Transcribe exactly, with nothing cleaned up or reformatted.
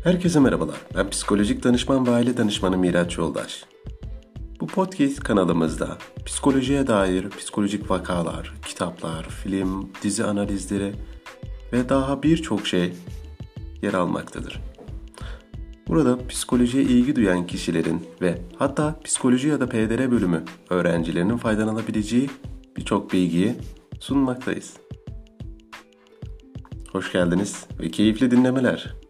Herkese merhabalar. Ben psikolojik danışman ve aile danışmanı Miraç Yoldaş. Bu podcast kanalımızda psikolojiye dair psikolojik vakalar, kitaplar, film, dizi analizleri ve daha birçok şey yer almaktadır. Burada psikolojiye ilgi duyan kişilerin ve hatta psikoloji ya da P D R bölümü öğrencilerinin faydalanabileceği birçok bilgiyi sunmaktayız. Hoş geldiniz ve keyifli dinlemeler.